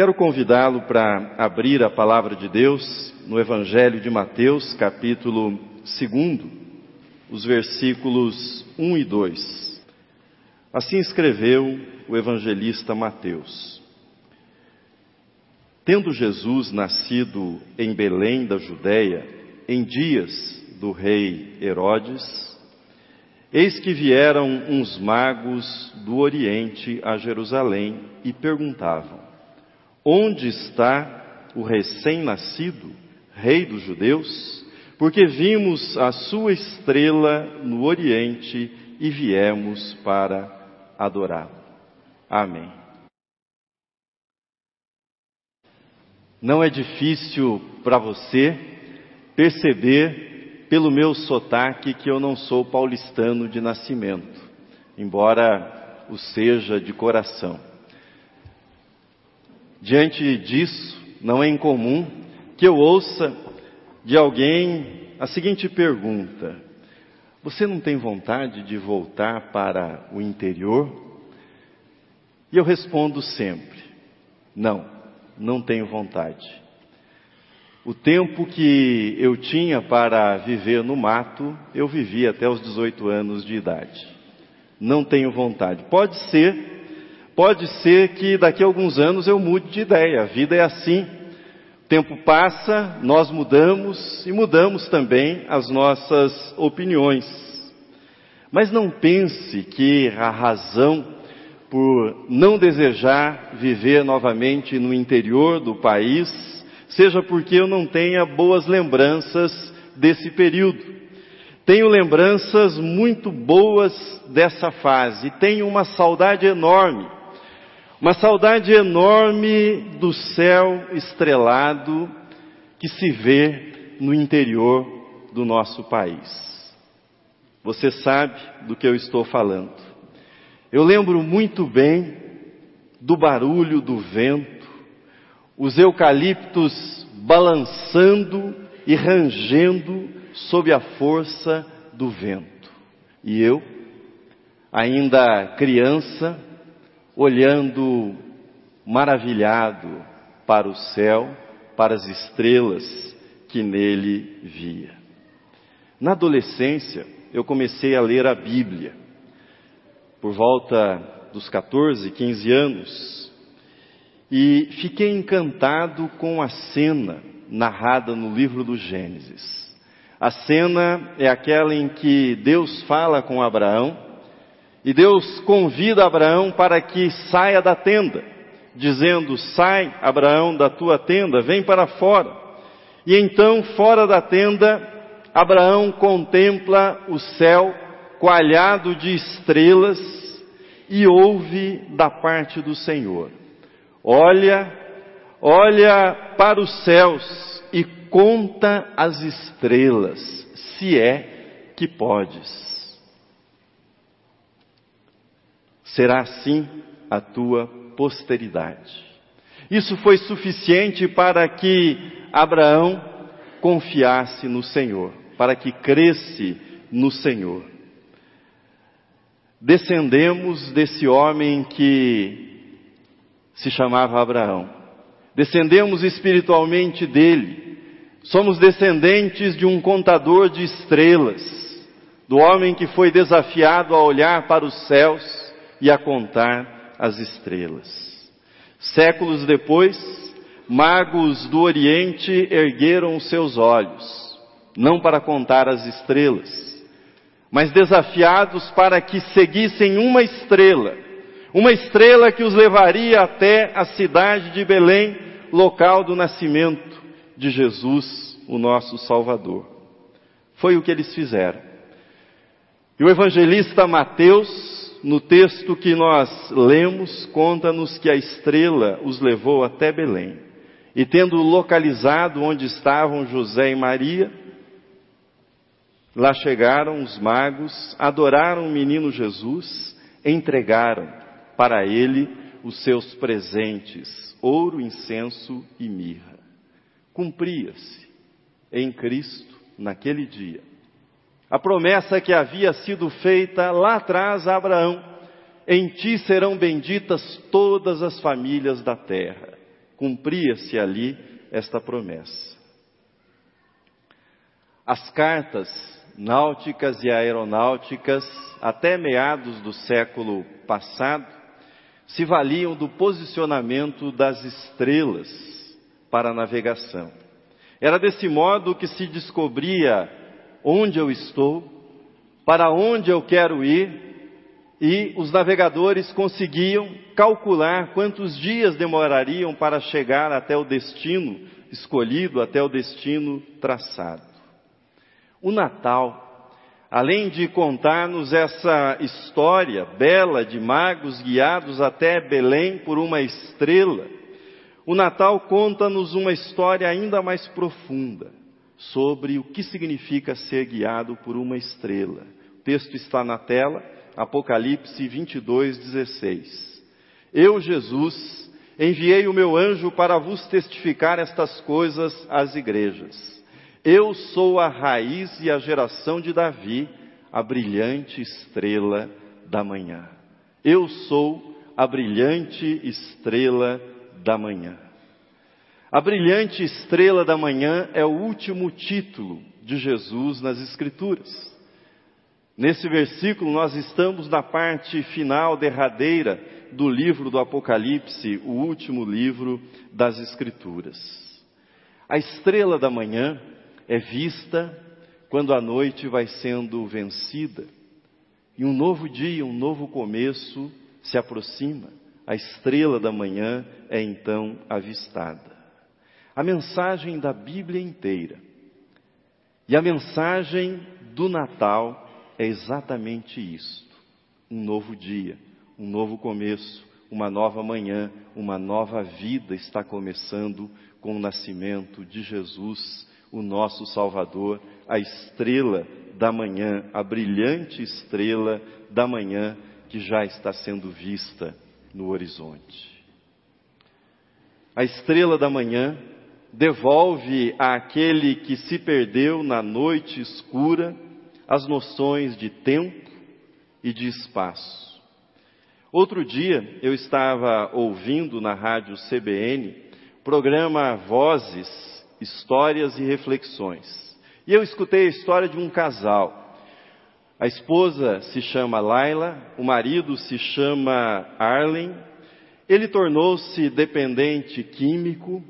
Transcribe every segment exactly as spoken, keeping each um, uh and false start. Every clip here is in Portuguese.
Quero convidá-lo para abrir a palavra de Deus no Evangelho de Mateus, capítulo dois, os versículos um e dois. Assim escreveu o evangelista Mateus. Tendo Jesus nascido em Belém da Judéia, em dias do rei Herodes, eis que vieram uns magos do Oriente a Jerusalém e perguntavam: onde está o recém-nascido, rei dos judeus? Porque vimos a sua estrela no Oriente e viemos para adorá-lo. Amém. Não é difícil para você perceber pelo meu sotaque que eu não sou paulistano de nascimento, embora o seja de coração. Diante disso, não é incomum que eu ouça de alguém a seguinte pergunta: você não tem vontade de voltar para o interior? E eu respondo sempre: não, não tenho vontade. O tempo que eu tinha para viver no mato, eu vivi até os dezoito anos de idade. Não tenho vontade. Pode ser Pode ser que daqui a alguns anos eu mude de ideia. A vida é assim. O tempo passa, nós mudamos e mudamos também as nossas opiniões. Mas não pense que a razão por não desejar viver novamente no interior do país seja porque eu não tenha boas lembranças desse período. Tenho lembranças muito boas dessa fase. Tenho uma saudade enorme. Uma saudade enorme do céu estrelado que se vê no interior do nosso país. Você sabe do que eu estou falando. Eu lembro muito bem do barulho do vento, os eucaliptos balançando e rangendo sob a força do vento. E eu, ainda criança, olhando maravilhado para o céu, para as estrelas que nele via. Na adolescência, eu comecei a ler a Bíblia, por volta dos catorze, quinze anos, e fiquei encantado com a cena narrada no livro do Gênesis. A cena é aquela em que Deus fala com Abraão, e Deus convida Abraão para que saia da tenda, dizendo: sai, Abraão, da tua tenda, vem para fora. E então, fora da tenda, Abraão contempla o céu coalhado de estrelas e ouve da parte do Senhor: olha, olha para os céus e conta as estrelas, se é que podes. Será assim a tua posteridade. Isso foi suficiente para que Abraão confiasse no Senhor, para que cresce no Senhor. Descendemos desse homem que se chamava Abraão. Descendemos espiritualmente dele. Somos descendentes de um contador de estrelas, do homem que foi desafiado a olhar para os céus e a contar as estrelas. Séculos depois, magos do Oriente ergueram os seus olhos, não para contar as estrelas, mas desafiados para que seguissem uma estrela, uma estrela que os levaria até a cidade de Belém, local do nascimento de Jesus, o nosso Salvador. Foi o que eles fizeram. E o evangelista Mateus, no texto que nós lemos, conta-nos que a estrela os levou até Belém. E tendo localizado onde estavam José e Maria, lá chegaram os magos, adoraram o menino Jesus, entregaram para ele os seus presentes, ouro, incenso e mirra. Cumpria-se em Cristo, naquele dia, a promessa que havia sido feita lá atrás a Abraão: em ti serão benditas todas as famílias da terra. cumpria-se ali esta promessa. As cartas náuticas e aeronáuticas, até meados do século passado, se valiam do posicionamento das estrelas para a navegação. Era desse modo que se descobria onde eu estou, para onde eu quero ir, e os navegadores conseguiam calcular quantos dias demorariam para chegar até o destino escolhido, até o destino traçado. O Natal, além de contar-nos essa história bela de magos guiados até Belém por uma estrela, o Natal conta-nos uma história ainda mais profunda sobre o que significa ser guiado por uma estrela. O texto está na tela, Apocalipse vinte e dois, dezesseis. Eu, Jesus, enviei o meu anjo para vos testificar estas coisas às igrejas. Eu sou a raiz e a geração de Davi, a brilhante estrela da manhã. Eu sou a brilhante estrela da manhã. A brilhante estrela da manhã é o último título de Jesus nas Escrituras. Nesse versículo nós estamos na parte final, derradeira, do livro do Apocalipse, o último livro das Escrituras. A estrela da manhã é vista quando a noite vai sendo vencida e um novo dia, um novo começo se aproxima. A estrela da manhã é então avistada. A mensagem da Bíblia inteira e a mensagem do Natal é exatamente isto: um novo dia, um novo começo, uma nova manhã, uma nova vida está começando com o nascimento de Jesus, o nosso Salvador, a estrela da manhã, a brilhante estrela da manhã que já está sendo vista no horizonte. A estrela da manhã devolve àquele que se perdeu na noite escura as noções de tempo e de espaço. Outro dia eu estava ouvindo na rádio C B N, programa Vozes, Histórias e Reflexões. E eu escutei a história de um casal. A esposa se chama Laila, o marido se chama Arlen. Ele tornou-se dependente químico,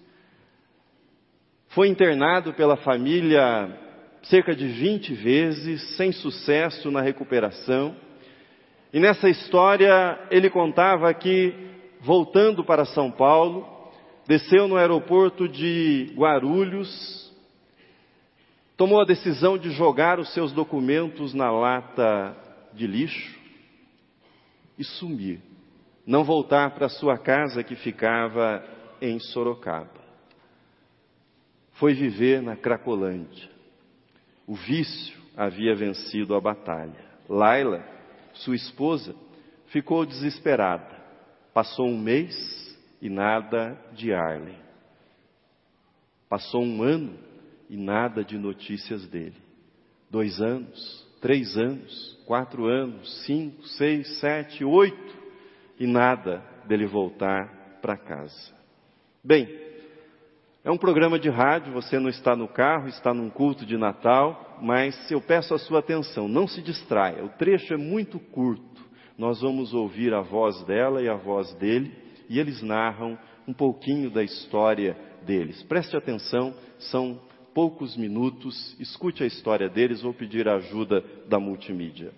foi internado pela família cerca de vinte vezes, sem sucesso na recuperação. E nessa história ele contava que, voltando para São Paulo, desceu no aeroporto de Guarulhos, tomou a decisão de jogar os seus documentos na lata de lixo e sumir, não voltar para sua casa que ficava em Sorocaba. Foi viver na Cracolândia. O vício havia vencido a batalha. Laila, sua esposa, ficou desesperada. Passou um mês e nada de Arlen. Passou um ano e nada de notícias dele. Dois anos, três anos, quatro anos, cinco, seis, sete, oito e nada dele voltar para casa. Bem, é um programa de rádio, você não está no carro, está num culto de Natal, mas eu peço a sua atenção, não se distraia, o trecho é muito curto. Nós vamos ouvir a voz dela e a voz dele, e eles narram um pouquinho da história deles. Preste atenção, são poucos minutos, escute a história deles, vou pedir a ajuda da multimídia.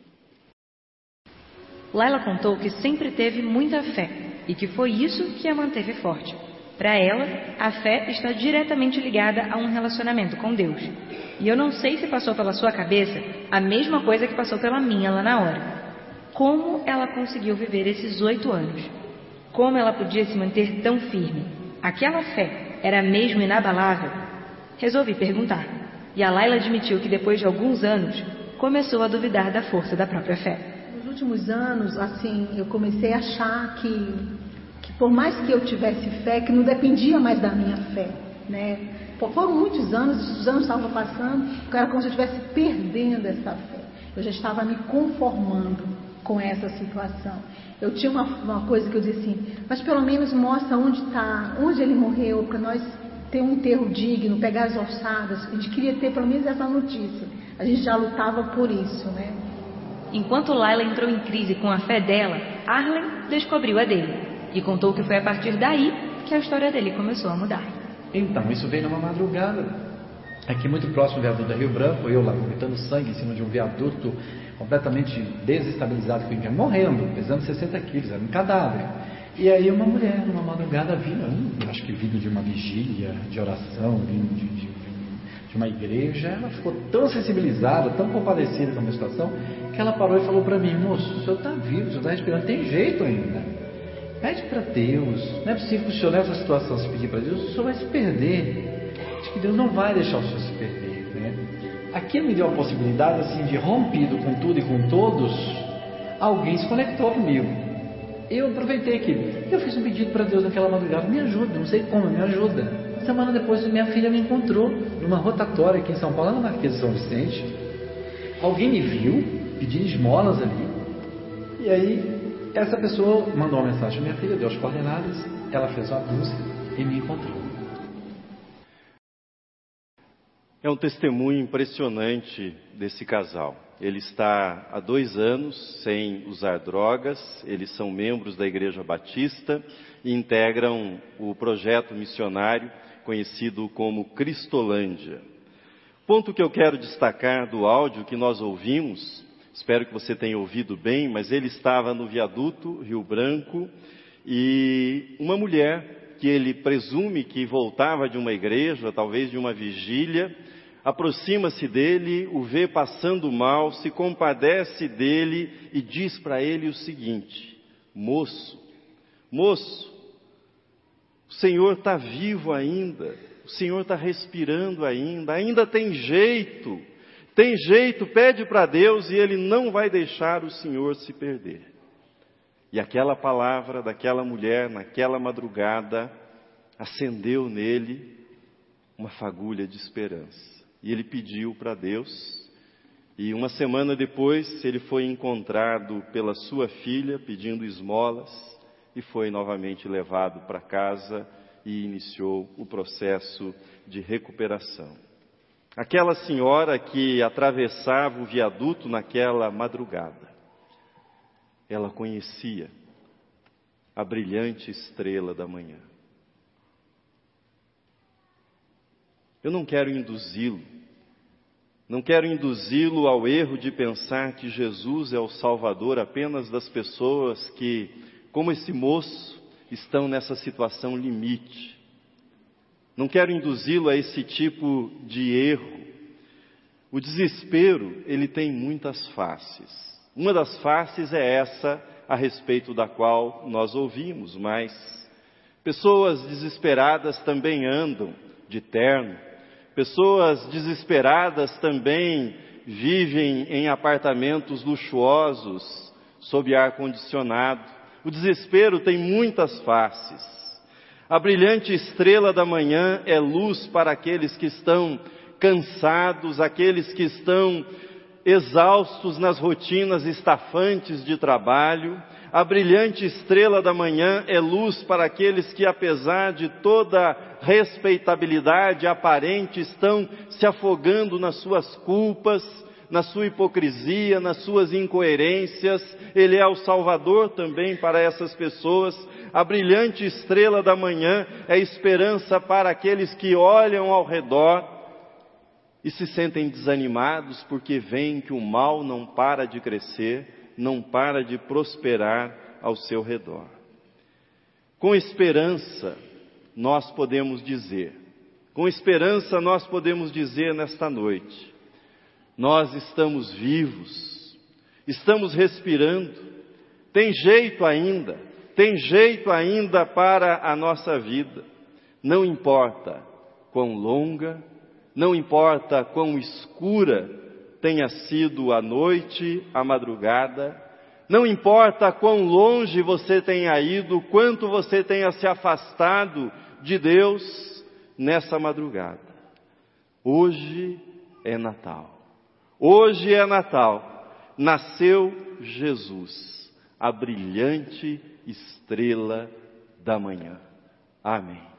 Laila contou que sempre teve muita fé, e que foi isso que a manteve forte. Para ela, a fé está diretamente ligada a um relacionamento com Deus. E eu não sei se passou pela sua cabeça a mesma coisa que passou pela minha lá na hora. Como ela conseguiu viver esses oito anos? Como ela podia se manter tão firme? Aquela fé era mesmo inabalável? Resolvi perguntar. E a Laila admitiu que depois de alguns anos, começou a duvidar da força da própria fé. Nos últimos anos, assim, eu comecei a achar que... por mais que eu tivesse fé, que não dependia mais da minha fé, né? Foram muitos anos, os anos estavam passando, era como se eu estivesse perdendo essa fé. Eu já estava me conformando com essa situação. Eu tinha uma, uma coisa que eu dizia assim, mas pelo menos mostra onde está, onde ele morreu, para nós ter um enterro digno, pegar as ossadas. A gente queria ter pelo menos essa notícia. A gente já lutava por isso, né? Enquanto Laila entrou em crise com a fé dela, Arlen descobriu a dele e contou que foi a partir daí que a história dele começou a mudar. Então, isso veio numa madrugada. Aqui muito próximo do viaduto da Rio Branco, eu lá vomitando sangue em cima de um viaduto completamente desestabilizado, morrendo, pesando sessenta quilos, era um cadáver. E aí uma mulher, numa madrugada, vindo, eu acho que vindo de uma vigília, de oração, vindo de, de, de uma igreja, ela ficou tão sensibilizada, tão compadecida com a minha situação, que ela parou e falou para mim, moço, o senhor está vivo, o senhor está respirando, tem jeito ainda. Pede para Deus, não é possível que o senhor nessa situação se pedir para Deus, o senhor vai se perder. Acho que Deus não vai deixar o senhor se perder, né? Aquilo me deu a possibilidade assim de, rompido com tudo e com todos, alguém se conectou comigo. Eu aproveitei aquilo. Eu fiz um pedido para Deus naquela madrugada, me ajuda, não sei como, me ajuda. Uma semana depois minha filha me encontrou numa rotatória aqui em São Paulo, na Marquesa de São Vicente. Alguém me viu pedindo esmolas ali. E aí essa pessoa mandou uma mensagem à minha filha, deu as coordenadas, ela fez uma busca e me encontrou. É um testemunho impressionante desse casal. Ele está há dois anos sem usar drogas, eles são membros da Igreja Batista e integram o projeto missionário conhecido como Cristolândia. Ponto que eu quero destacar do áudio que nós ouvimos, espero que você tenha ouvido bem, mas ele estava no viaduto Rio Branco e uma mulher que ele presume que voltava de uma igreja, talvez de uma vigília, aproxima-se dele, o vê passando mal, se compadece dele e diz para ele o seguinte: moço, moço, o Senhor está vivo ainda, o Senhor está respirando ainda, ainda tem jeito, tem jeito, pede para Deus e Ele não vai deixar o Senhor se perder. E aquela palavra daquela mulher, naquela madrugada, acendeu nele uma fagulha de esperança. E ele pediu para Deus, e uma semana depois ele foi encontrado pela sua filha pedindo esmolas, e foi novamente levado para casa e iniciou o processo de recuperação. Aquela senhora que atravessava o viaduto naquela madrugada, ela conhecia a brilhante estrela da manhã. Eu não quero induzi-lo, não quero induzi-lo ao erro de pensar que Jesus é o Salvador apenas das pessoas que, como esse moço, estão nessa situação limite. Não quero induzi-lo a esse tipo de erro. O desespero, ele tem muitas faces. Uma das faces é essa a respeito da qual nós ouvimos, mas pessoas desesperadas também andam de terno. Pessoas desesperadas também vivem em apartamentos luxuosos, sob ar-condicionado. O desespero tem muitas faces. A brilhante estrela da manhã é luz para aqueles que estão cansados, aqueles que estão exaustos nas rotinas estafantes de trabalho. A brilhante estrela da manhã é luz para aqueles que, apesar de toda respeitabilidade aparente, estão se afogando nas suas culpas, na sua hipocrisia, nas suas incoerências. Ele é o Salvador também para essas pessoas. A brilhante estrela da manhã é esperança para aqueles que olham ao redor e se sentem desanimados porque veem que o mal não para de crescer, não para de prosperar ao seu redor. Com esperança, nós podemos dizer, com esperança nós podemos dizer nesta noite, nós estamos vivos, estamos respirando, tem jeito ainda, tem jeito ainda para a nossa vida. Não importa quão longa, não importa quão escura tenha sido a noite, a madrugada, não importa quão longe você tenha ido, quanto você tenha se afastado de Deus nessa madrugada. Hoje é Natal. Hoje é Natal. nasceu Jesus, a brilhante estrela da manhã. Amém.